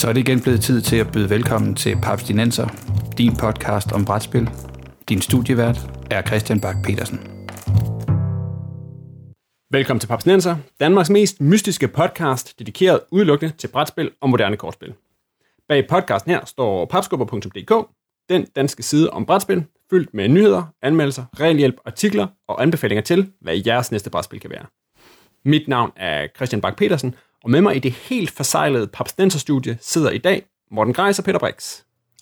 Så er det igen blevet tid til at byde velkommen til Papstinenser, din podcast om brætspil. Din studievært er Christian Bak Petersen. Velkommen til Papstinenser, Danmarks mest mystiske podcast, dedikeret udelukkende til brætspil og moderne kortspil. Bag podcasten her står papskubber.dk, den danske side om brætspil, fyldt med nyheder, anmeldelser, regelhjælp, artikler og anbefalinger til, hvad jeres næste brætspil kan være. Mit navn er Christian Bak Petersen, og med mig i det helt forsejlede Papstinenser-studie sidder i dag Morten Greis og Peter Brix.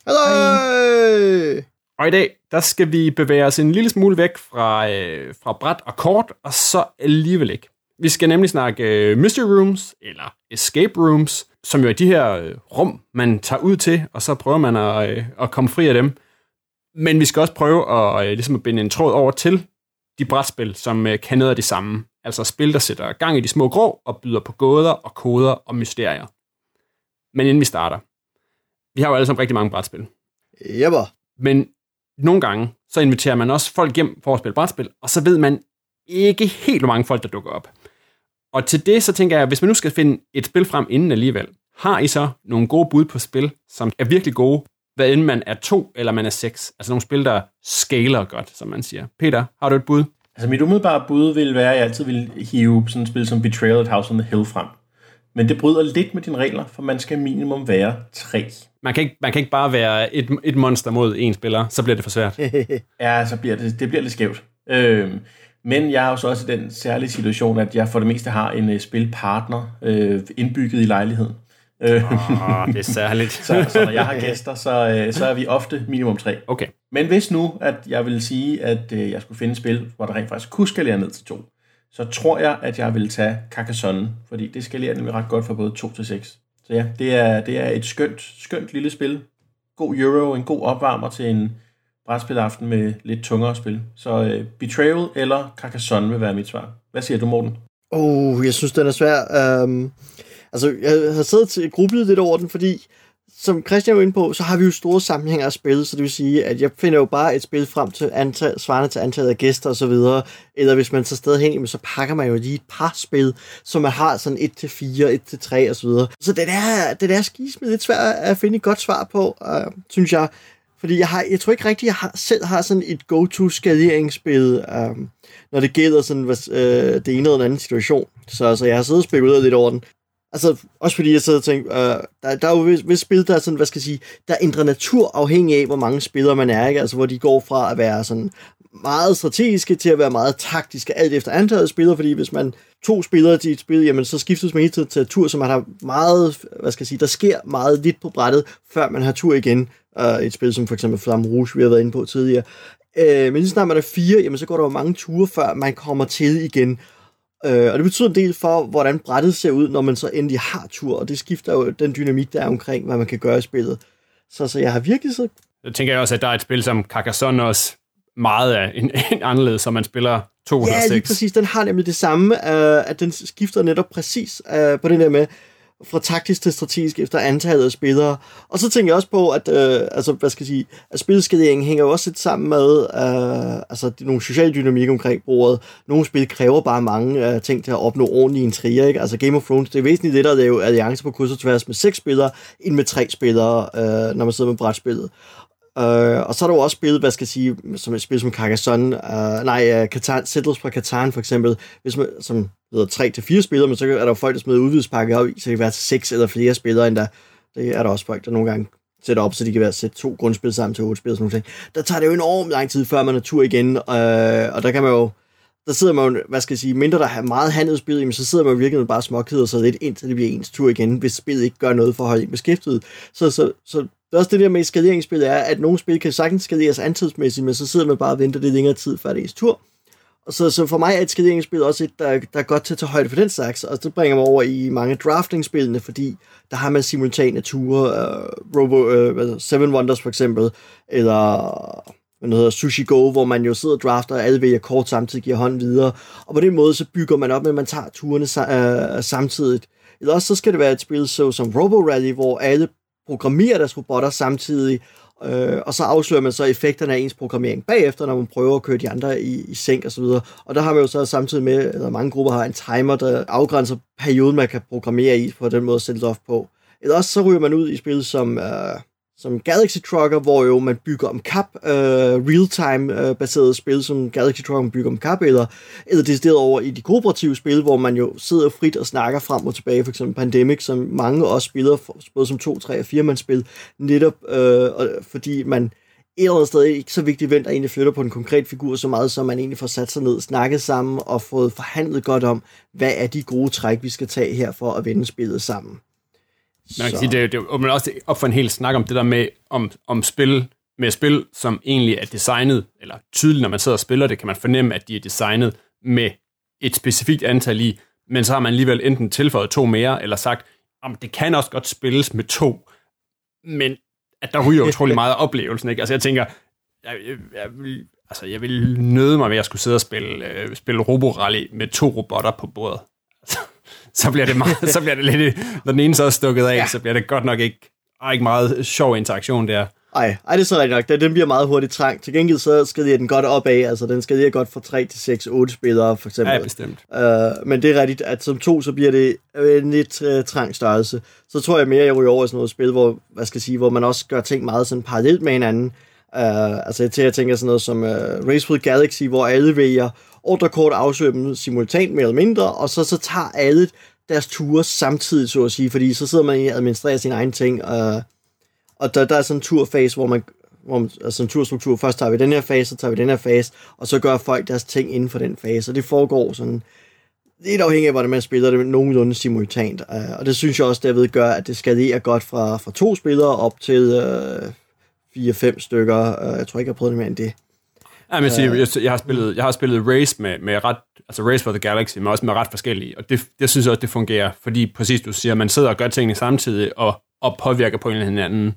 Hallo! Og i dag, der skal vi bevæge os en lille smule væk fra bræt og kort, og så alligevel ikke. Vi skal nemlig snakke mystery rooms, eller escape rooms, som jo er de her rum, man tager ud til, og så prøver man at komme fri af dem. Men vi skal også prøve at binde en tråd over til de brætspil, som kan noget af det samme. Altså spil, der sætter gang i de små grå, og byder på gåder og koder og mysterier. Men inden vi starter, vi har jo alle sammen rigtig mange brætspil. Jepper. Men nogle gange, så inviterer man også folk hjem for at spille brætspil, og så ved man ikke helt, hvor mange folk, der dukker op. Og til det, så tænker jeg, hvis man nu skal finde et spil frem inden alligevel, har I så nogle gode bud på spil, som er virkelig gode, hvad end man er 2 eller man er 6? Altså nogle spil, der scaler godt, som man siger. Peter, har du et bud? Altså mit umiddelbare bud vil være, at jeg altid vil hive sådan et spil som Betrayal at House on the Hill frem. Men det bryder lidt med dine regler, for man skal minimum være 3. Man kan ikke bare være et monster mod en spiller, så bliver det for svært. Ja, så bliver det bliver lidt skævt. Men jeg har jo så også i den særlige situation, at jeg for det meste har en spilpartner indbygget i lejligheden. Det er særligt. så når jeg har gæster, så er vi ofte minimum 3. Okay. Men hvis nu, at jeg vil sige, at jeg skulle finde et spil, hvor der rent faktisk kunne skalere ned til 2, så tror jeg, at jeg vil tage Carcassonne, fordi det skalerer nemlig ret godt fra både 2 til 6. Så ja, det er et skønt lille spil. God euro, en god opvarmer til en brætspilaften med lidt tungere spil. Så Betrayal eller Carcassonne vil være mit svar. Hvad siger du, Morten? Jeg synes, den er svær. Jeg har siddet og grublet lidt over den, fordi som Christian var inde på, så har vi jo store sammenhænger af spil, så det vil sige, at jeg finder jo bare et spil frem til svarende til antallet af gæster og så videre, eller hvis man så stadig hen, så pakker man jo lige et par spil, som man har sådan 1-4, 1-3 og så videre. Så det er skismed lidt svært at finde et godt svar på, synes jeg. Fordi jeg tror ikke rigtigt, jeg selv har sådan et go-to-skaleringsspil, når det gælder sådan, det ene eller den anden situation. Så jeg har siddet og spekuleret lidt over den. Altså, også fordi jeg sidder og tænker, der er jo vist spil, der er sådan, der ændrer natur afhængig af, hvor mange spillere man er, ikke? Altså, hvor de går fra at være sådan meget strategiske til at være meget taktiske, alt efter antallet af spillere, fordi hvis man 2 spillere til et spil, jamen så skiftes man hele tiden til tur, så man har meget, der sker meget lidt på brættet, før man har tur igen. Et spil som for eksempel Flamme Rouge, vi har været inde på tidligere. Men lige snart man er 4, jamen så går der jo mange ture, før man kommer til igen. Og det betyder en del for, hvordan brættet ser ud, når man så endelig har tur, og det skifter jo den dynamik, der er omkring, hvad man kan gøre i spillet. Så jeg har virkelig så... Jeg tænker også, at der er et spil som Carcassonne også meget af en anderledes, som man spiller 2 eller 6. Ja, lige præcis. Den har nemlig det samme, at den skifter netop præcis på den der med, fra taktisk til strategisk efter antallet af spillere. Og så tænker jeg også på, at at spilskaleringen hænger jo også lidt sammen med nogle sociale dynamikker omkring bordet. Nogle spil kræver bare mange ting til at opnå ordentlige intriger, ikke? Altså Game of Thrones, det er væsentligt lidt at lave alliancer på kryds og tværs med 6 spillere, end med 3 spillere, når man sidder med brætspillet. Og så er der jo også spil, som et spil som Carcassonne, Catan, Settlers fra Catan for eksempel, hvis man, som hedder 3-4 spillere, men så er der jo folk, der smider udvidelsespakke op i, så det kan være til 6 eller flere spillere end der. Det er der også folk, der nogle gange sætter op, så de kan være sætte 2 grundspil sammen til 8 spil og sådan noget. Der tager det jo enormt lang tid, før man er tur igen, og der kan man jo, der sidder man jo, mindre der har meget handelsspil, så sidder man jo virkelig bare småkeder sig lidt indtil det bliver ens tur igen, hvis spillet ikke gør noget for at holde en beskæftiget. Så det er også det der med skaleringsspil er, at nogle spil kan sagtens skaleres antalsmæssigt, men så sidder man bare og venter lidt længere tid, før det er ens tur. Og så for mig er et skaleringsspil også et, der er godt til at tage højde for den slags, og det bringer mig over i mange drafting-spillene, fordi der har man simultane ture, Seven Wonders for eksempel, eller Sushi Go, hvor man jo sidder og drafter, og alle vælger kort samtidig, giver hånden videre, og på den måde så bygger man op, at man tager turene samtidigt. Eller også så skal det være et spil som Robo Rally, hvor alle programmerer deres robotter samtidig, og så afslører man så effekterne af ens programmering bagefter, når man prøver at køre de andre i sænk og så videre. Og der har man jo så samtidig med, eller mange grupper har en timer, der afgrænser perioden, man kan programmere i, på den måde sætte det op på. Eller også så ryger man ud i spil som Galaxy Trucker, hvor jo man bygger om kap, real-time baseret spil, som Galaxy Trucker man bygger om kap, eller decideret over i de kooperative spil, hvor man jo sidder frit og snakker frem og tilbage, for eksempel Pandemic, som mange også spiller, både som 2, 3 og 4-mandsspil, netop fordi man et eller andet sted ikke så vigtigt vent, at egentlig flytter på en konkret figur så meget, som man egentlig får sat sig ned, snakket sammen og fået forhandlet godt om, hvad er de gode træk, vi skal tage her for at vende spillet sammen. Man kan sige, det åbner også op for en hel snak om det der med, om spil, som egentlig er designet, eller tydeligt, når man sidder og spiller det, kan man fornemme, at de er designet med et specifikt antal i, men så har man alligevel enten tilføjet 2 mere, eller sagt, om det kan også godt spilles med 2, men at der ryger utrolig meget af oplevelsen, ikke? Altså jeg tænker, jeg vil nøde mig ved at skulle sidde og spille Roborally med 2 robotter på bordet. Så bliver det lidt, når den ene så er stukket af, så bliver det godt nok ikke meget sjov interaktion der. Ej, det er så rigtigt nok. Den bliver meget hurtigt trængt. Til gengæld så skal den godt opad, altså den skal lige godt fra 3 til 6, 8 spillere for eksempel. Ja, bestemt. Men det er rigtigt, at som 2, så bliver det en lidt trængt størrelse. Så tror jeg mere, jeg ryger over i sådan noget spil, hvor man også gør ting meget sådan parallelt med hinanden. Jeg tænker sådan noget som Race with Galaxy, hvor alle vælger ordrekort afsøger dem simultant mere eller mindre, og så tager alle deres ture samtidig, så at sige, fordi så sidder man og administrerer sine egne ting, og der er sådan en turfase, hvor man altså en turstruktur, først tager vi den her fase, så tager vi den her fase, og så gør folk deres ting inden for den fase, og det foregår sådan lidt afhængig af, hvordan man spiller det nogenlunde simultant, og det synes jeg også derved gør, at det skalerer godt fra 2 spillere op til 4-5 stykker. Jeg tror ikke, jeg har prøvet det mere end det. Ja, men jeg har spillet Race med ret, altså Race for the Galaxy, men også med ret forskellige, og det synes jeg også, det fungerer, fordi præcis du siger, man sidder og gør tingene samtidig, og påvirker på en eller anden.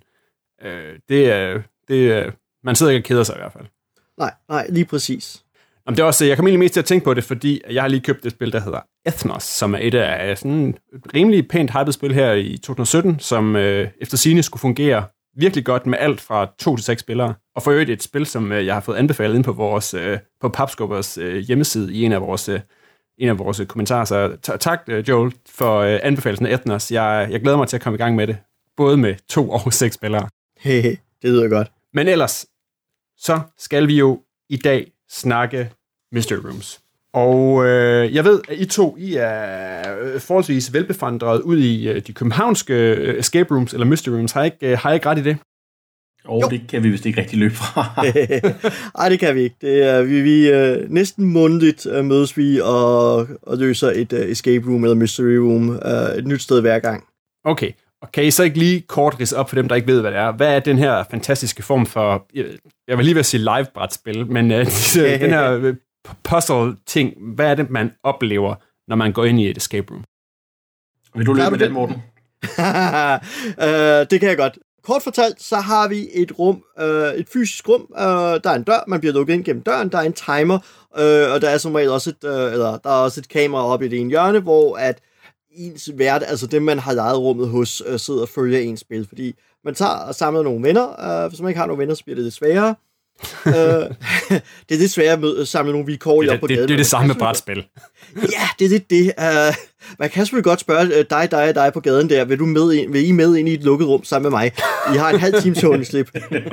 Man sidder ikke og keder sig i hvert fald. Nej, lige præcis. Jamen, det er også, jeg kommer egentlig mest til at tænke på det, fordi jeg har lige købt et spil, der hedder Ethnos, som er et af sådan et rimelig pænt hypet spil her i 2017, som efter sigende skulle fungere virkelig godt med alt fra 2 til 6 spillere. Og for øvrigt et spil, som jeg har fået anbefalet ind på på Papskubbers hjemmeside i en af vores kommentarer. Så tak, Joel, for anbefalelsen af Ethnos. Jeg glæder mig til at komme i gang med det, både med 2 og 6 spillere. Det lyder godt. Men ellers, så skal vi jo i dag snakke Mystery Rooms. Og jeg ved, at I er forholdsvis velbefandret ud i de københavnske escape rooms, eller mystery rooms. Har jeg ikke ret i det? Det kan vi vist ikke rigtig løbe fra. Nej, det kan vi ikke. Det er, vi næsten månedligt mødes vi og løser et escape room eller mystery room et nyt sted hver gang. Okay, og kan I så ikke lige kort ridse op for dem, der ikke ved, hvad det er? Hvad er den her fantastiske form for, jeg vil lige ved at sige live-brætspil, men den her puzzle-ting, hvad er det, man oplever, når man går ind i et escape room? Vil du løbe med den, Morten? Det kan jeg godt. Kort fortalt, så har vi et rum, et fysisk rum. Der er en dør, man bliver lukket ind gennem døren. Der er en timer, og der er som regel også der er også et kamera oppe i det ene hjørne, hvor at ens vært, altså dem, man har lejet rummet hos, sidder og følger ens spil. Fordi man tager og samler nogle venner. Hvis man ikke har nogle venner, så bliver det lidt sværere. Det er lidt svært at samle nogle vilkår op på gaden. Det er det samme med brætspil. Ja, det er lidt det. Man kan selvfølgelig godt spørge dig på gaden der, vil I med ind i et lukket rum sammen med mig? I har en halv time til underslip.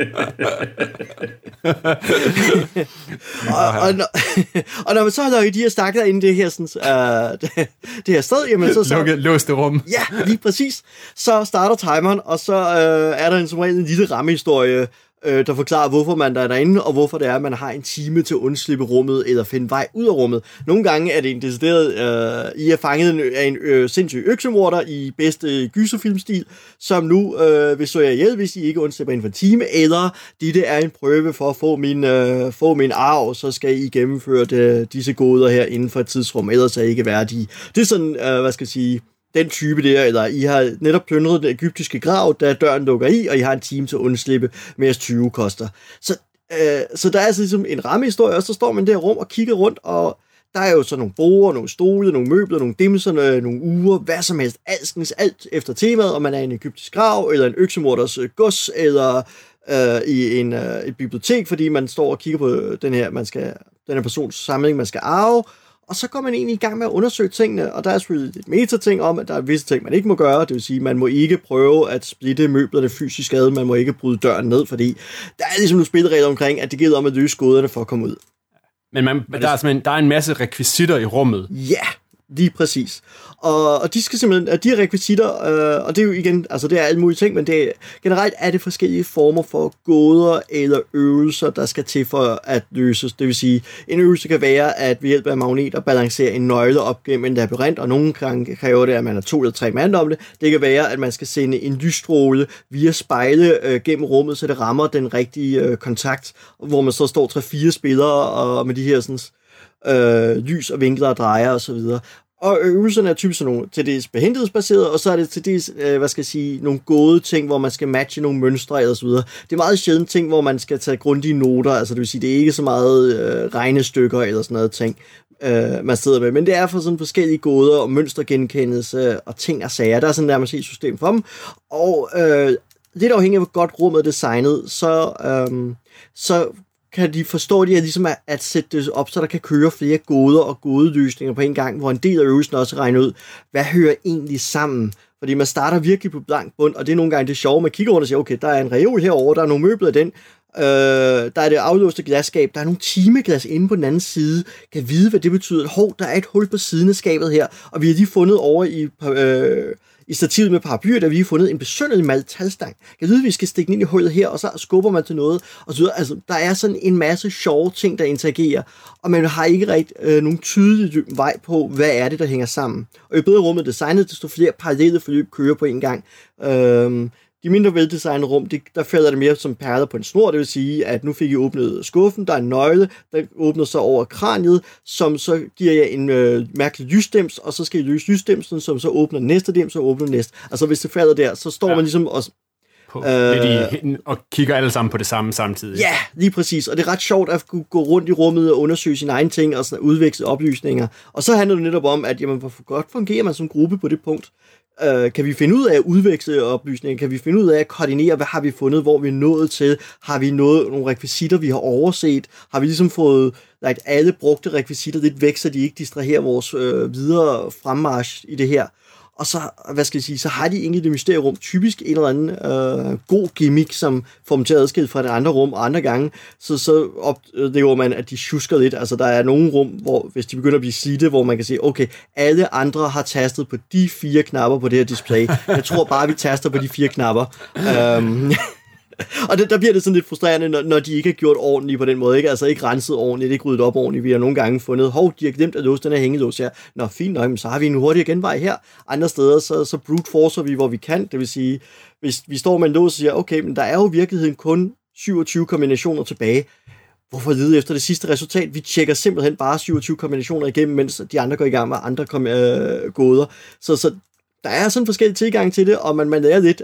og når man så har lavet de her stakker inde det her, sådan, det her sted, jamen så låste rum. Ja, lige præcis. Så starter timeren, og så er der som regel en lille rammehistorie, der forklarer, hvorfor man er derinde, og hvorfor det er, at man har en time til at undslippe rummet, eller finde vej ud af rummet. Nogle gange er det en decideret, I er fanget af en sindssyg øksemorder i bedste gyserfilmstil, som nu vil slå jer ihjel, hvis I ikke undslipper inden for en time, eller det er en prøve for at få min arv, så skal I gennemføre disse goder her inden for et tidsrum, ellers er I ikke værdige. Det er sådan, den type der, eller I har netop plyndret den egyptiske grav, da døren lukker i, og I har en time til at undslippe, med jeres 20 koster. Så der er altså ligesom en rammehistorie, og så står man der rum og kigger rundt, og der er jo så nogle borde, nogle stole, nogle møbler, nogle dimser, nogle ure, hvad som helst, alt efter temaet, om man er i en egyptisk grav, eller en øksemorders gods, eller i et bibliotek, fordi man står og kigger på den her persons samling, man skal arve, Og så går man egentlig i gang med at undersøge tingene, og der er selvfølgelig et meta-ting om, at der er visse ting, man ikke må gøre. Det vil sige, man må ikke prøve at splitte møblerne fysisk ad, man må ikke bryde døren ned, fordi der er ligesom nogle spilleregler omkring, at det gælder om at løse gåderne for at komme ud. Men der er en masse rekvisitter i rummet. Ja, lige præcis. Og de skal simpelthen, de rekvisitter, og det er jo igen, altså det er alle mulige ting, men generelt er det forskellige former for gåder eller øvelser, der skal til for at løses. Det vil sige, en øvelse kan være, at ved hjælp af magneter balancere en nøgle op gennem en labyrint, og nogle gange kræver det, at man er 2 eller 3 mand om det. Det kan være, at man skal sende en lysstråle via spejle gennem rummet, så det rammer den rigtige kontakt, hvor man så står 3-4 spillere og med de her sådan, lys og vinkler og drejer og så videre. Og øvelserne er typisk sådan nogle til dels behændighedsbaserede, og så er det til dels, nogle gode ting, hvor man skal matche nogle mønstre og så videre. Det er meget sjældent ting, hvor man skal tage grundige noter, altså det vil sige, det er ikke så meget regnestykker eller sådan noget ting, man sidder med, men det er for sådan forskellige gåder og mønstergenkendelse og ting og sager. Der er sådan nærmest et system for dem, og lidt afhængig af, hvor godt rummet er designet, så kan de forstå det ligesom at sætte det op, så der kan køre flere gåder og gådeløsninger på en gang, hvor en del af øvelsen også regner ud, hvad hører egentlig sammen? Fordi man starter virkelig på blank bund, og det er nogle gange det sjove, man kigger rundt og siger, okay, der er en reol herovre, der er nogle møbler i den, der er det aflåste glasskab, der er nogle timeglas inde på den anden side, kan vide, hvad det betyder. Der er et hul på siden af skabet her, og vi har lige fundet over i stativet med paraplyer, der vi har fundet en besynderlig metalstang. Jeg ved, at vi skal stikke den ind i hullet her, og så skubber man til noget, og så videre. Altså, der er sådan en masse sjove ting, der interagerer, og man har ikke rigtig nogen tydelig vej på, hvad er det, der hænger sammen. Og jo bedre rummet er designet, desto flere parallelle forløb kører på en gang. De mindre veldesignede rum, der falder det mere som perler på en snor, det vil sige, at nu fik I åbnet skuffen, der er en nøgle, der åbner så over kraniet, som så giver jer en mærkelig lysstems, og så skal I løse lysstemsen, som så åbner næste dem, så åbner næste. Altså hvis det falder der, så står man ligesom også og kigger alle sammen på det samme samtidig. Ja, lige præcis. Og det er ret sjovt at kunne gå rundt i rummet og undersøge sine egne ting og sådan udveksle oplysninger. Og så handler det netop om, at jamen, hvor godt fungerer man som gruppe på det punkt. Kan vi finde ud af at udveksle oplysninger? Kan vi finde ud af at koordinere, hvad har vi fundet, hvor vi er nået til? Har vi nogle rekvisitter, vi har overset? Har vi ligesom fået lagt alle brugte rekvisitter lidt væk, så de ikke distraherer vores videre fremmarch i det her? Og så, så har de egentlig det mysterierum typisk en eller anden god gimmick, som får dem til at adskille fra det andre rum, og andre gange, så oplever man, at de sjusker lidt. Altså, der er nogle rum, hvor hvis de begynder at blive slidte, hvor man kan se, okay, alle andre har tastet på de 4 knapper på det her display. Jeg tror bare, vi taster på de 4 knapper. Og der bliver det sådan lidt frustrerende, når de ikke har gjort ordentligt på den måde, ikke? Altså ikke renset ordentligt, ikke ryddet op ordentligt. Vi har nogle gange fundet, de har glemt at låse den her hængelås her. Nå, fint nok, men så har vi en hurtig genvej her. Andre steder, så brute forcer vi, hvor vi kan. Det vil sige, hvis vi står med en lås og siger, okay, men der er jo i virkeligheden kun 27 kombinationer tilbage. Hvorfor lede efter det sidste resultat? Vi tjekker simpelthen bare 27 kombinationer igennem, mens de andre går i gang med andre gåder. Så der er sådan forskellige tilgang til det, og man lærer lidt,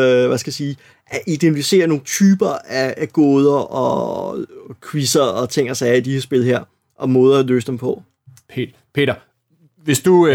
at identificere nogle typer af gåder og quizzer og ting og sager i de her spil her, og måder at løse dem på. Peter, hvis du,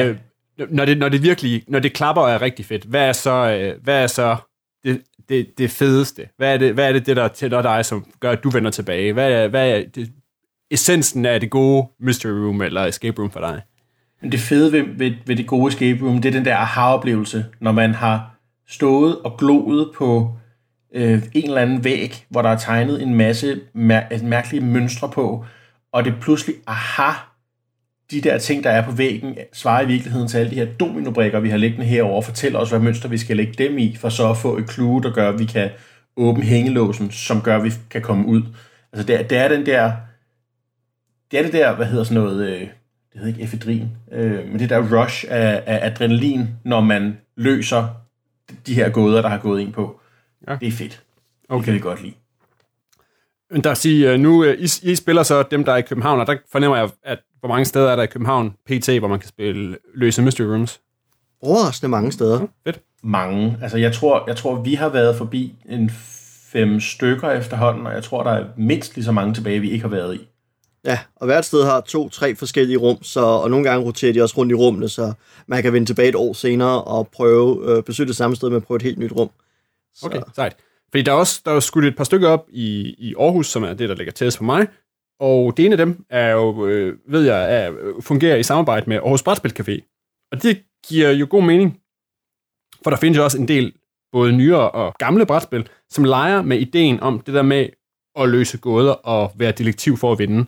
når det klapper og er rigtig fedt, hvad er så det fedeste? Hvad er det, der tæller dig, som gør, at du vender tilbage? Hvad er essensen af det gode mystery room eller escape room for dig? Det fede ved det gode escape room, det er den der aha-oplevelse, når man har stået og gloet på en eller anden væg, hvor der er tegnet en masse mærkelige mønstre på, og det pludselig, de der ting, der er på væggen, svarer i virkeligheden til alle de her dominobrikker, vi har liggende herovre, og fortæller os, hvad mønster vi skal lægge dem i, for så at få et clue, der gør, at vi kan åbne hængelåsen, som gør, at vi kan komme ud. Altså det er det der, hvad hedder sådan noget... det hedder ikke efedrin, men det der rush af adrenalin, når man løser de her gåder, der har gået ind på. Ja. Det er fedt. Okay. Det kan vi godt lide. Men der siger, nu I spiller så dem, der er i København, og der fornemmer jeg, at hvor mange steder er der i København PT, hvor man kan løse mystery rooms? Overraskende mange steder. Ja, fedt. Mange. Altså jeg tror, vi har været forbi 5 stykker efterhånden, og jeg tror, der er mindst lige så mange tilbage, vi ikke har været i. Ja, og hvert sted har 2-3 forskellige rum, og nogle gange roterer de også rundt i rummene, så man kan vende tilbage et år senere og prøve besøge det samme sted, men prøve et helt nyt rum. Så. Okay, sejt. Fordi der er skudt et par stykker op i Aarhus, som er det, der ligger tættest på mig, Og det ene af dem er jo, ved jeg, fungerer i samarbejde med Aarhus Brætspil Café. Og det giver jo god mening, for der findes jo også en del både nyere og gamle brætspil, som leger med ideen om det der med at løse gåder og være detektiv for at vinde.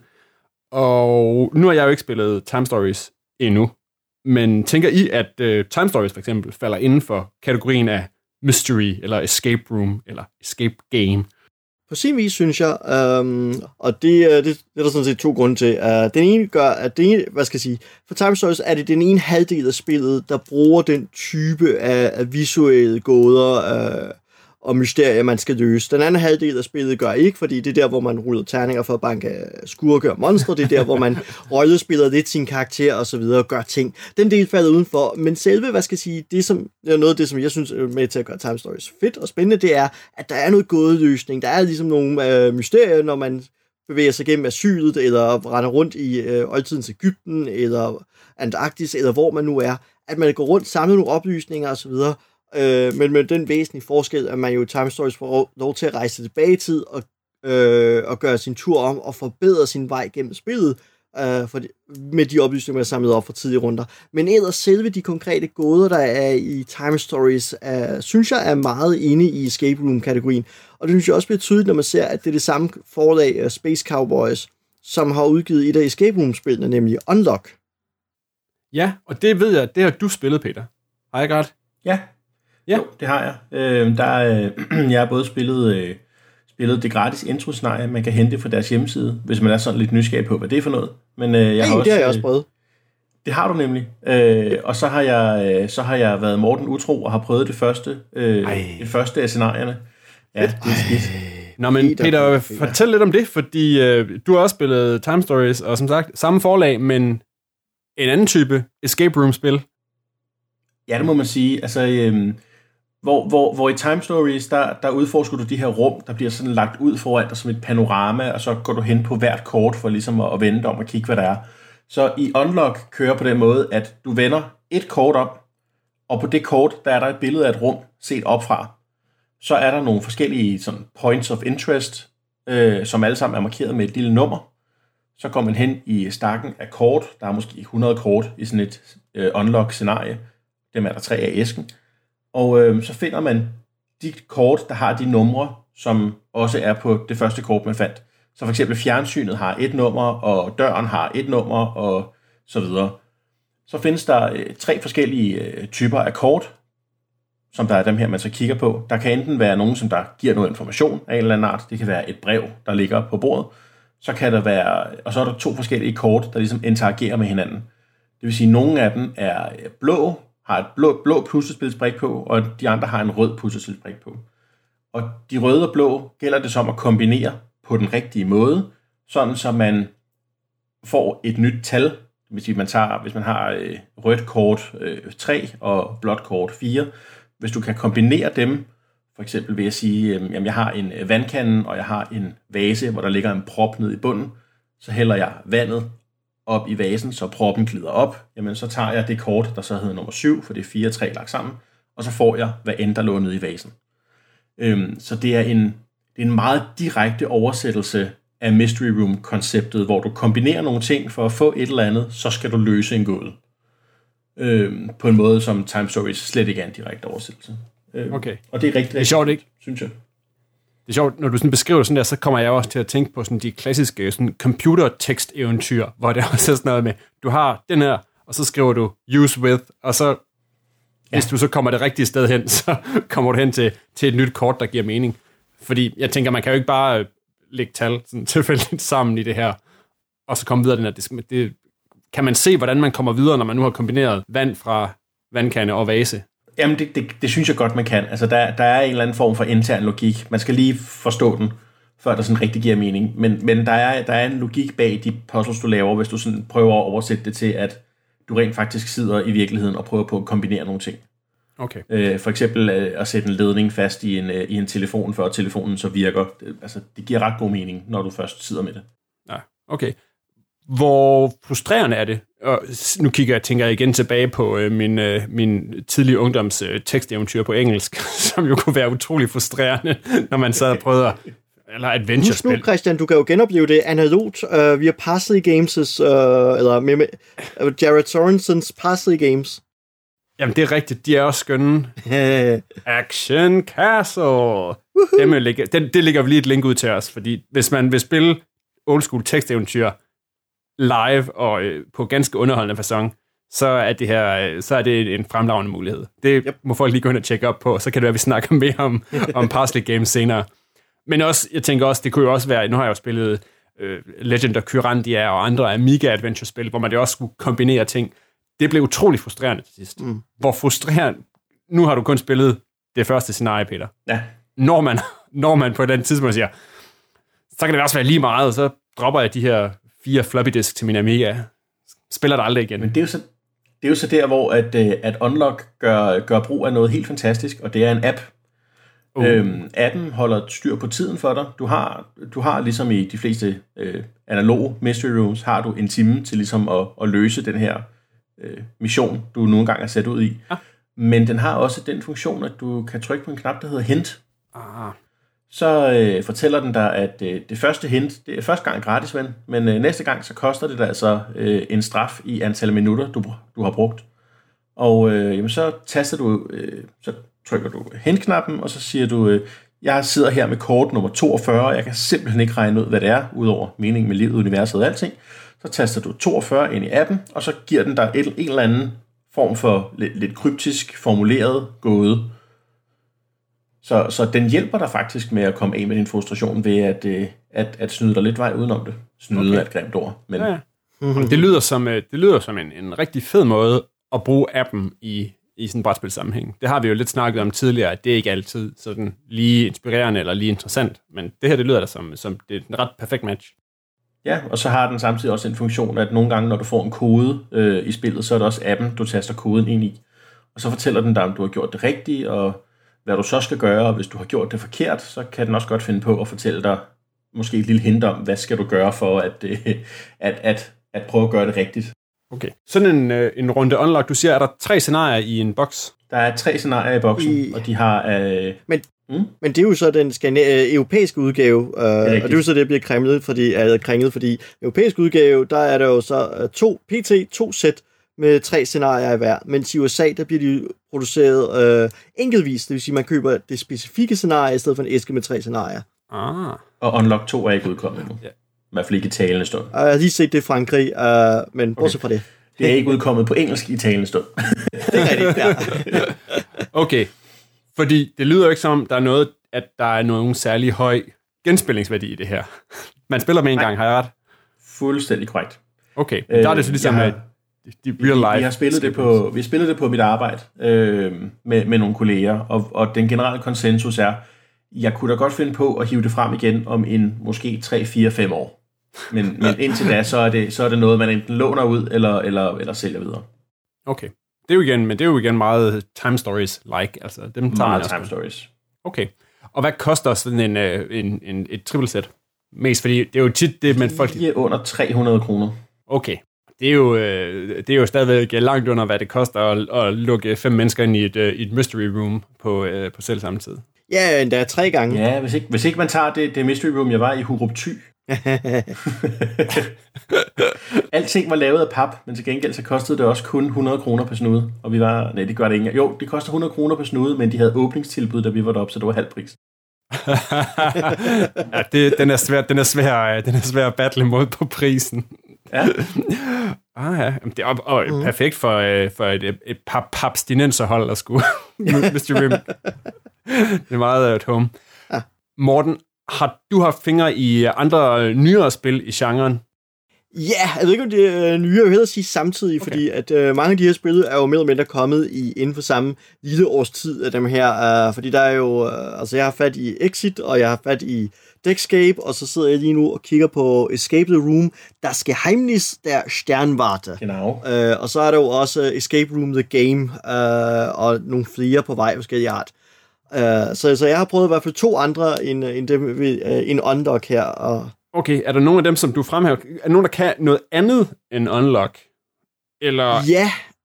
Og nu har jeg jo ikke spillet Time Stories endnu, men tænker I, at Time Stories for eksempel falder inden for kategorien af mystery, eller escape room, eller escape game? På sin vis, synes jeg, og det er der sådan set 2 grunde til. Den ene gør, at for Time Stories er det den ene halvdel af spillet, der bruger den type af visuelle gåder og mysterier, man skal løse. Den anden halvdel af spillet gør ikke, fordi det er der, hvor man ruller terninger for at banke skurke og monstre. Det er der, hvor man rollespiller lidt sin karakter og så videre og gør ting. Den del falder udenfor, men selve, det er noget af det, som jeg synes er med til at gøre Time Stories fedt og spændende, det er, at der er noget gådeløsning. Der er ligesom nogle mysterier, når man bevæger sig gennem asylet, eller render rundt i oldtidens Egypten, eller Antarktis, eller hvor man nu er, at man går rundt, samler nogle oplysninger og så videre. Men med den væsentlige forskel, at man jo i Time Stories får lov til at rejse tilbage i tid og gøre sin tur om og forbedre sin vej gennem spillet med de oplysninger, man har samlet op fra tidligere runder. Men ellers selve de konkrete gåder, der er i Time Stories, synes jeg er meget inde i escape room-kategorien. Og det synes jeg også bliver tydeligt, når man ser, at det er det samme forlag, Space Cowboys, som har udgivet et af escape room-spillene, nemlig Unlock. Ja, og det ved jeg, det har du spillet, Peter. Har jeg godt? Ja. Jo, det har jeg. Jeg har både spillet det gratis intro-scenarie, man kan hente fra deres hjemmeside, hvis man er sådan lidt nysgerrig på, hvad det er for noget. Men det har jeg også prøvet. Det har du nemlig. Og så har jeg været Morten utro og har prøvet det første af scenarierne. Ja, det er skidt. Nå, men Peter, fortæl lidt om det, fordi du har også spillet Time Stories, og som sagt, samme forlag, men en anden type escape room-spil. Ja, det må man sige. Altså, hvor i Time Stories, der udforsker du de her rum, der bliver sådan lagt ud foran dig som et panorama, og så går du hen på hvert kort for ligesom at vende om og kigge, hvad der er. Så i Unlock kører på den måde, at du vender et kort op, og på det kort, der er der et billede af et rum set opfra. Så er der nogle forskellige sådan, points of interest, som alle sammen er markeret med et lille nummer. Så går man hen i stakken af kort. Der er måske 100 kort i sådan et Unlock-scenarie. Dem er der 3 af æsken. Og så finder man de kort, der har de numre, som også er på det første kort, man fandt. Så for eksempel fjernsynet har et nummer, og døren har et nummer, og så videre. Så findes der 3 forskellige typer af kort, som der er dem her, man så kigger på. Der kan enten være nogen, som der giver noget information af en eller anden art. Det kan være et brev, der ligger på bordet. Så kan der være, og så er der 2 forskellige kort, der ligesom interagerer med hinanden. Det vil sige, at nogle af dem er blå, har et blå puslespilsbrik på, og de andre har en rød puslespilsbrik på. Og de røde og blå gælder det som at kombinere på den rigtige måde, sådan så man får et nyt tal. Det vil sige, hvis man har rødt kort 3 og blåt kort 4, hvis du kan kombinere dem, for eksempel ved at sige, at jeg har en vandkande, og jeg har en vase, hvor der ligger en prop nede i bunden, så hælder jeg vandet op i vasen, så proppen glider op, jamen så tager jeg det kort, der så hedder nummer 7, for det er 4 og 3 lagt sammen, og så får jeg, hvad end der lå nede i vasen. Så det er en meget direkte oversættelse af Mystery Room-konceptet, hvor du kombinerer nogle ting for at få et eller andet, så skal du løse en gåde. På en måde, som Time Stories slet ikke er en direkte oversættelse. Okay. Og det er rigtig, det er sjovt, ikke? Synes jeg. Det er sjovt, når du sådan beskriver det sådan der, så kommer jeg også til at tænke på sådan de klassiske sådan computertekst-eventyr, hvor det også er sådan noget med, du har den her, og så skriver du use with, og så hvis du så kommer det rigtige sted hen, så kommer du hen til et nyt kort, der giver mening. Fordi jeg tænker, man kan jo ikke bare lægge tal sådan tilfældigt sammen i det her, og så komme videre den her. Det kan man se, hvordan man kommer videre, når man nu har kombineret vand fra vandkande og vase? Jamen, det synes jeg godt, man kan. Altså, der er en eller anden form for intern logik. Man skal lige forstå den, før der sådan rigtig giver mening. Men der er en logik bag de puzzles, du laver, hvis du sådan prøver at oversætte det til, at du rent faktisk sidder i virkeligheden og prøver på at kombinere nogle ting. Okay. For eksempel at sætte en ledning fast i en telefon, før telefonen så virker. Det giver ret god mening, når du først sidder med det. Ja, okay. Hvor frustrerende er det? Og nu tænker jeg igen tilbage på min tidlige ungdoms teksteventyr på engelsk, som jo kunne være utrolig frustrerende, når man sad og prøvede Eller adventure-spil. Husk nu, Christian, du kan jo genopleve det analogt via Parsley Games' eller med Jared Sorensens Parsley Games. Jamen, det er rigtigt. De er også skønne. Action Castle. Det ligger vi lige et link ud til os, fordi hvis man vil spille old school teksteventyr live og på ganske underholdende facon, så er det en fremragende mulighed. Det må folk lige gå ind og tjekke op på, så kan det være, at vi snakker mere om Parsley Games senere. Men også, jeg tænker også, det kunne jo også være, nu har jeg jo spillet Legend of Kyrandia og andre Amiga-adventure-spil, hvor man det også skulle kombinere ting. Det blev utrolig frustrerende til sidst. Hvor frustrerende... Nu har du kun spillet det første scenarie, Peter. Ja. Når man på den tidspunkt siger, så kan det også være lige meget, og så dropper jeg de her 4 floppy disk til min Amiga. Spiller det aldrig igen. Men det er jo så der, hvor at Unlock gør brug af noget helt fantastisk, og det er en app. Appen holder styr på tiden for dig. Du har ligesom i de fleste analoge mystery rooms, har du en time til ligesom at løse den her mission, du nogle gange er sat ud i. Ah. Men den har også den funktion, at du kan trykke på en knap, der hedder hint. Så fortæller den dig, at det første hint, det er første gang gratis, ven, men næste gang, så koster det dig altså en straf i antal minutter, du har brugt. Og jamen, så taster du, så trykker du hint-knappen, og så siger du, jeg sidder her med kort nummer 42, og jeg kan simpelthen ikke regne ud, hvad det er, udover meningen med livet, universet og alting. Så taster du 42 ind i appen, og så giver den dig en eller anden form for lidt kryptisk formuleret gåde. Så den hjælper dig faktisk med at komme af med din frustration ved at snyde dig lidt vej udenom det. Snyde er et grimt ord. Men... Ja. Det lyder som en rigtig fed måde at bruge appen i sådan en brætspilsammenhæng. Det har vi jo lidt snakket om tidligere, at det er ikke altid sådan lige inspirerende eller lige interessant, men det her, det lyder da som det er en ret perfekt match. Ja, og så har den samtidig også en funktion, at nogle gange, når du får en kode i spillet, så er det også appen, du taster koden ind i. Og så fortæller den dig, om du har gjort det rigtigt, og hvad du så skal gøre, og hvis du har gjort det forkert, så kan den også godt finde på at fortælle dig måske et lille hint om, hvad skal du gøre for at prøve at gøre det rigtigt. Okay. Sådan en runde Unlock, du siger, er der 3 scenarier i en boks? Der er 3 scenarier i boksen, og de har... Men det er jo så den europæiske udgave, og det er jo så det, bliver kringlet, fordi europæisk udgave, der er der jo så 2 sæt med 3 scenarier i hver, mens i USA, der bliver de produceret enkeltvis, det vil sige, man køber det specifikke scenarie, i stedet for en æske med 3 scenarier. Og Unlock 2 er ikke udkommet endnu. Ja. I hvert fald ikke i talende stund. Jeg har lige set det i Frankrig, men bortset fra det. Det er ikke udkommet på engelsk i talende stund. Det er rigtigt, ja. Okay, fordi det lyder jo ikke som, at der er nogen særlig høj genspillingsværdi i det her. Man spiller med en gang, har jeg ret? Fuldstændig korrekt. Okay, der er det så ligesom, at de real life... Vi har spillet det på mit arbejde med nogle kolleger, og den generelle konsensus er, jeg kunne da godt finde på at hive det frem igen om en måske 3-4-5 år. Men indtil da, så er det noget, man enten låner ud, eller sælger videre. Okay. Det er jo igen meget Time Stories-like. Altså, dem tager meget Time Stories. Okay. Og hvad koster sådan et triple-sæt? Mest, fordi det er jo tit det, man folk... Det er under 300 kroner. Okay. Det er jo stadigvæk langt under, hvad det koster at lukke 5 mennesker ind i et mystery room på selv samme tid. Ja, endda 3 gange. Ja, hvis ikke man tager det mystery room, jeg var i Hurup Thy. Alting var lavet af pap, men til gengæld så kostede det også kun 100 kroner per snude. Og vi var... Nej, det gør det ikke. Jo, det koster 100 kroner per snude, men de havde åbningstilbud, da vi var deroppe, så det var halv pris. Ja, den er svær at battle imod på prisen. Ja. Ja. Det er perfekt for et papstinenserhold at skulle Mr. Rim. Det er meget at home. Ja. Morten, har du haft fingre i andre nyere spil i genren? Ja, jeg ved ikke, om det er nye, jeg vil hellere sige samtidig, fordi at mange af de her spil er jo mere eller mindre kommet inden for samme lille års tid af dem her, fordi der er jo, jeg har fat i Exit, og jeg har fat i Deckscape, og så sidder jeg lige nu og kigger på Escape the Room, Das Geheimnis der Sternwarte. Genau. Og så er der jo også Escape Room the Game, og nogle flere på vej forskellige art. Så jeg har prøvet i hvert fald 2 andre end dem en Unlock her. Og okay, er der nogen af dem, som du fremhæver? Er der nogen, der kan noget andet end Unlock? Eller... Ja,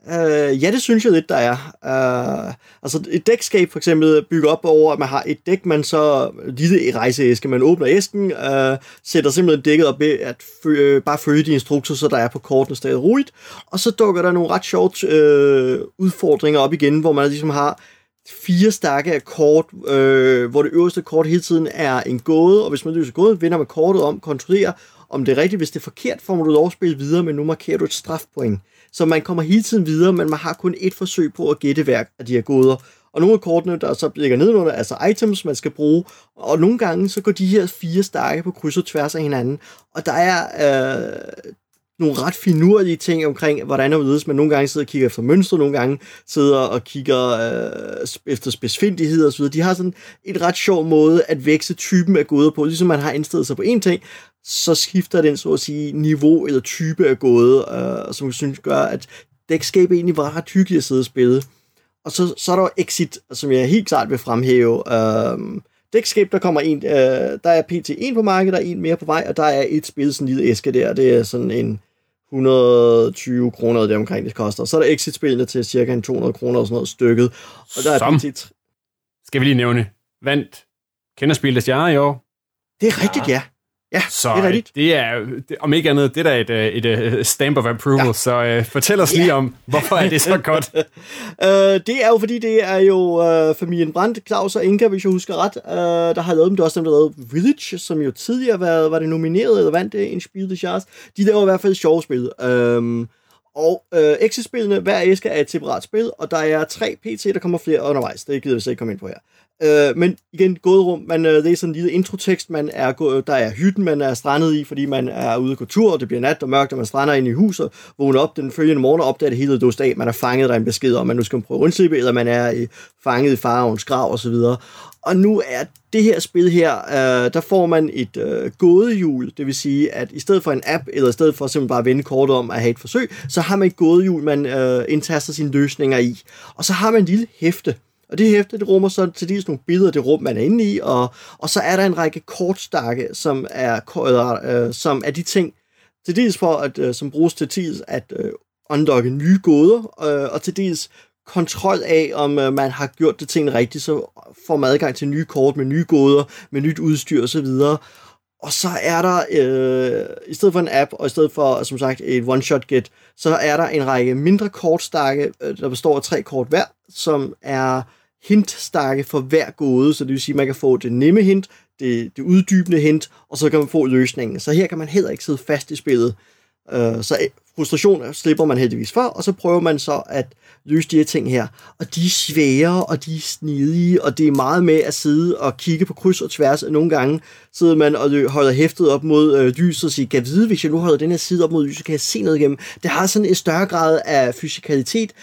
Ja, det synes jeg lidt, der er. Altså et dækscape for eksempel bygger op over, at man har et dæk, man så lille rejseæske, man åbner æsken, sætter simpelthen dækket op ved at bare følge de instrukser, så der er på kortene stadig roligt, og så dukker der nogle ret sjove udfordringer op igen, hvor man ligesom har 4 stakke af kort, hvor det øverste kort hele tiden er en gåde, og hvis man løser gåden, vender man kortet om, kontrollerer, om det er rigtigt. Hvis det er forkert, får man lov at spille videre, men nu markerer du et strafpoint. Så man kommer hele tiden videre, men man har kun et forsøg på at gætte hver af de her gåder. Og nogle af kortene, der så ligger nedenunder, altså items, man skal bruge, og nogle gange, så går de her 4 stakke på kryds og tværs af hinanden, og der er nogle ret finurlige ting omkring, hvordan og hvorledes man nogle gange sidder og kigger efter mønstre, nogle gange sidder og kigger efter spidsfindighed og så videre. De har sådan en ret sjov måde at vækse typen af gåder på, ligesom man har indstillet sig på en ting, så skifter den så at sige niveau eller type af gåde, som jeg synes gør, at dækscape egentlig var ret hyggeligt at sidde og spille. Og så er der Exit, som jeg helt klart vil fremhæve. Dækscape, der kommer en, der er pt. 1 på markedet, der er en mere på vej, og der er et spil, sådan en lille æske der, det er sådan en 120 kroner, det omkring det koster. Så er der Exit-spillene til cirka 200 kroner og sådan noget stykket. Og der er pt. Skal vi lige nævne, vandt Kenderspil des Jahres i år? Det er rigtigt, ja. Ja, så det er rigtigt. Det er, om ikke andet, det er da et stamp of approval, ja. Så fortæl os lige om, hvorfor er det så godt? Det er jo, fordi det er jo familien Brandt, Claus og Inga, hvis jeg husker ret, der har lavet dem. Det er også dem, der lavede Village, som jo tidligere var det nomineret, eller vandt en Spiel des Jahres. De laver i hvert fald sjove spil. Og Exit-spillene, hver æske er et separat spil, og der er 3 pt, der kommer flere undervejs. Det gider vi så ikke komme ind på her. Men igen, gåderum, man læser en lille introtekst, der er hytten, man er strandet i, fordi man er ude at gå tur, og det bliver nat og mørkt, og man strander ind i huset, vågner op den følgende morgen og opdager det hele låst af, man er fanget, der er en besked om, man nu skal prøve at undslippe, eller man er fanget i faraons grav osv. Og nu er det her spil her, der får man et gådehjul, det vil sige, at i stedet for en app, eller i stedet for simpelthen bare at vende kortet om at have et forsøg, så har man et gådehjul, man indtaster sine løsninger i. Og så har man en lille hæfte. Og det hæfte, det rummer så til dels nogle billeder af det rum, man er inde i, og så er der en række kortstakke, som er de ting, til dels for at, som bruges til dels at unlocke nye gåder, og til dels kontrol af, om man har gjort det ting rigtigt, så får man adgang til nye kort med nye gåder, med nyt udstyr osv. Og så er der, i stedet for en app, og i stedet for, som sagt, et one-shot-get, så er der en række mindre kortstakke, der består af 3 kort hver, som er hintstakke for hver gåde, så det vil sige, at man kan få det nemme hint, det uddybende hint, og så kan man få løsningen. Så her kan man heller ikke sidde fast i spillet. Så frustration slipper man heldigvis for, og så prøver man så at løse de her ting her. Og de er svære, og de er snedige, og det er meget med at sidde og kigge på kryds og tværs. Nogle gange sidder man og holder hæftet op mod lyset og siger, kan jeg vide, hvis jeg nu holder den her side op mod lyset, kan jeg se noget igennem. Det har sådan en større grad af fysikalitet,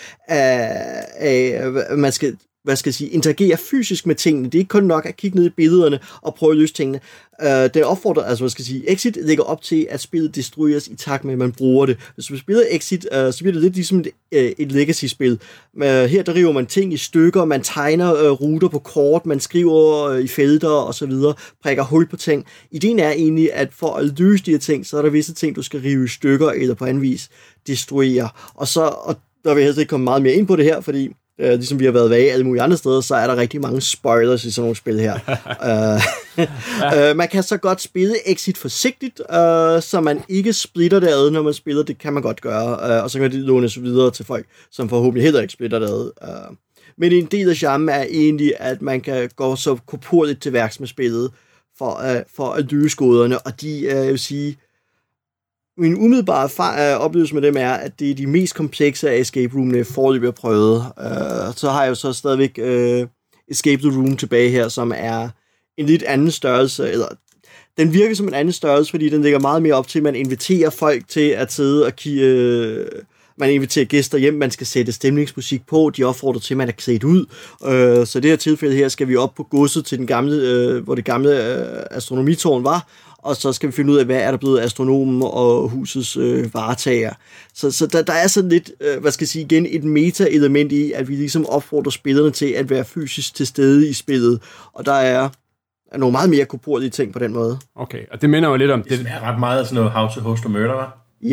man skal interagere fysisk med tingene. Det er ikke kun nok at kigge ned i billederne og prøve at løse tingene. Det opfordrer, Exit lægger op til, at spillet destrueres i takt med, at man bruger det. Hvis man spiller Exit, så bliver det lidt ligesom et legacy-spil. Her der river man ting i stykker, man tegner ruter på kort, man skriver i felter og så videre, prikker hul på ting. Ideen er egentlig, at for at løse de her ting, så er der visse ting, du skal rive i stykker eller på anden vis destruere. Og der vil jeg helst ikke komme meget mere ind på det her, fordi ligesom vi har været vage alle mulige andre steder, så er der rigtig mange spoilers i sådan nogle spil her. Man kan så godt spille Exit forsigtigt, så man ikke splitter det ad, når man spiller. Det kan man godt gøre, og så kan det lånes videre til folk, som forhåbentlig heller ikke splitter det ad. Men en del af charmen er egentlig, at man kan gå så korporligt til værks med spillet, for at løse gåderne, og jeg vil sige, min umiddelbare oplevelse med dem er, at det er de mest komplekse af escape roomene, jeg foreløbig har prøvet. Så har jeg jo så stadigvæk Escape the Room tilbage her, som er en lidt anden størrelse, eller den virker som en anden størrelse, fordi den lægger meget mere op til, at man inviterer folk til at sidde og man inviterer gæster hjem, man skal sætte stemningsmusik på, de opfordrer til, at man er klædt ud. Så det her tilfælde her skal vi op på godset til den gamle, hvor det gamle astronomitårn var, og så skal vi finde ud af, hvad er der blevet astronomen og husets varetager. Så der er sådan lidt, igen, et meta-element i, at vi ligesom opfordrer spillerne til at være fysisk til stede i spillet, og der er nogle meget mere korporlige ting på den måde. Okay, og det minder jo lidt om... Det er ret meget sådan noget How to Host a Murder, hva'? Yep.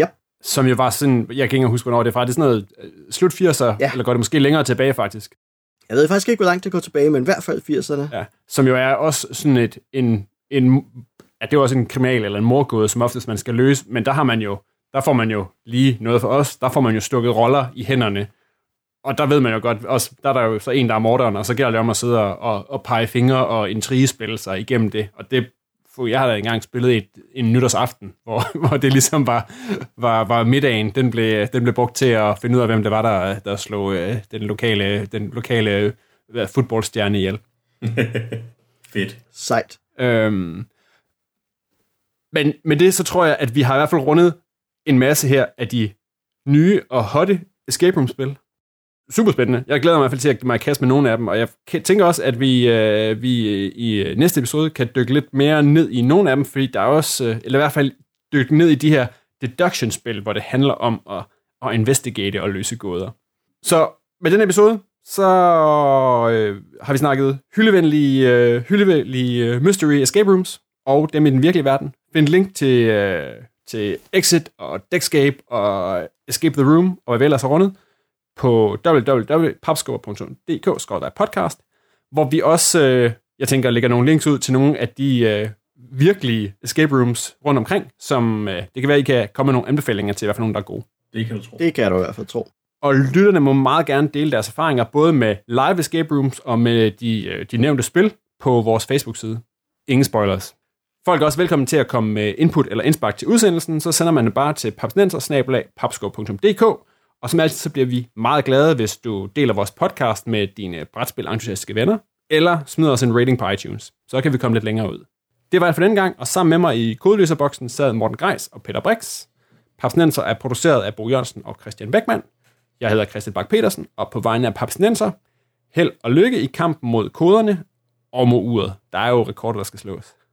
som jo var sådan, jeg kan ikke huske, hvornår det er fra, det er sådan noget slut 80'er, eller går det måske længere tilbage faktisk. Jeg ved faktisk ikke, hvor langt det går tilbage, men i hvert fald 80'erne. Ja, som jo er også sådan det er jo også en kriminal eller en mordgåde, som oftest man skal løse, men der får man jo lige noget for os, der får man jo stukket roller i hænderne, og der ved man jo godt, også, der er der jo så en, der er morderen, og så gælder det om at sidde og pege fingre og intrigespille sig igennem det, og det, jeg har da engang spillet en nytårsaften, hvor det ligesom var middagen, den blev brugt til at finde ud af, hvem det var, der slog den lokale fodboldstjerne ihjel. Fedt. Sejt. Men med det, så tror jeg, at vi har i hvert fald rundet en masse her af de nye og hotte escape room-spil. Super spændende. Jeg glæder mig i hvert fald til at give mig kaste med nogle af dem, og jeg tænker også, at vi i næste episode kan dykke lidt mere ned i nogle af dem, fordi der er også, eller i hvert fald dykke ned i de her deduction-spil, hvor det handler om at investigate og løse gåder. Så med den episode, så har vi snakket hyldevenlige mystery escape rooms, og dem i den virkelige verden. Find link til Exit og Deckscape og Escape the Room, og hvad vi ellers har rundet, på www.papskubber.dk/podcast, hvor vi også, jeg tænker, lægger nogle links ud til nogle af de virkelige escape rooms rundt omkring, som det kan være, I kan komme med nogle anbefalinger til, hvad for nogle, der er gode. Det kan du tro. Det kan du i hvert fald tro. Og lytterne må meget gerne dele deres erfaringer, både med live escape rooms og med de nævnte spil på vores Facebook-side. Ingen spoilers. Folk er også velkommen til at komme med input eller indspark til udsendelsen, så sender man det bare til papsnenser@papskubber.dk. Og som altid, så bliver vi meget glade, hvis du deler vores podcast med dine brætspil-entusiastiske venner, eller smider os en rating på iTunes. Så kan vi komme lidt længere ud. Det var alt for denne gang, og sammen med mig i kodeløserboksen sad Morten Greis og Peter Brix. Papsnenser er produceret af Bo Jørgensen og Christian Beckmann. Jeg hedder Christian Bak Petersen, og på vegne af Papsnenser, held og lykke i kampen mod koderne og mod uret. Der er jo rekorder, der skal slås.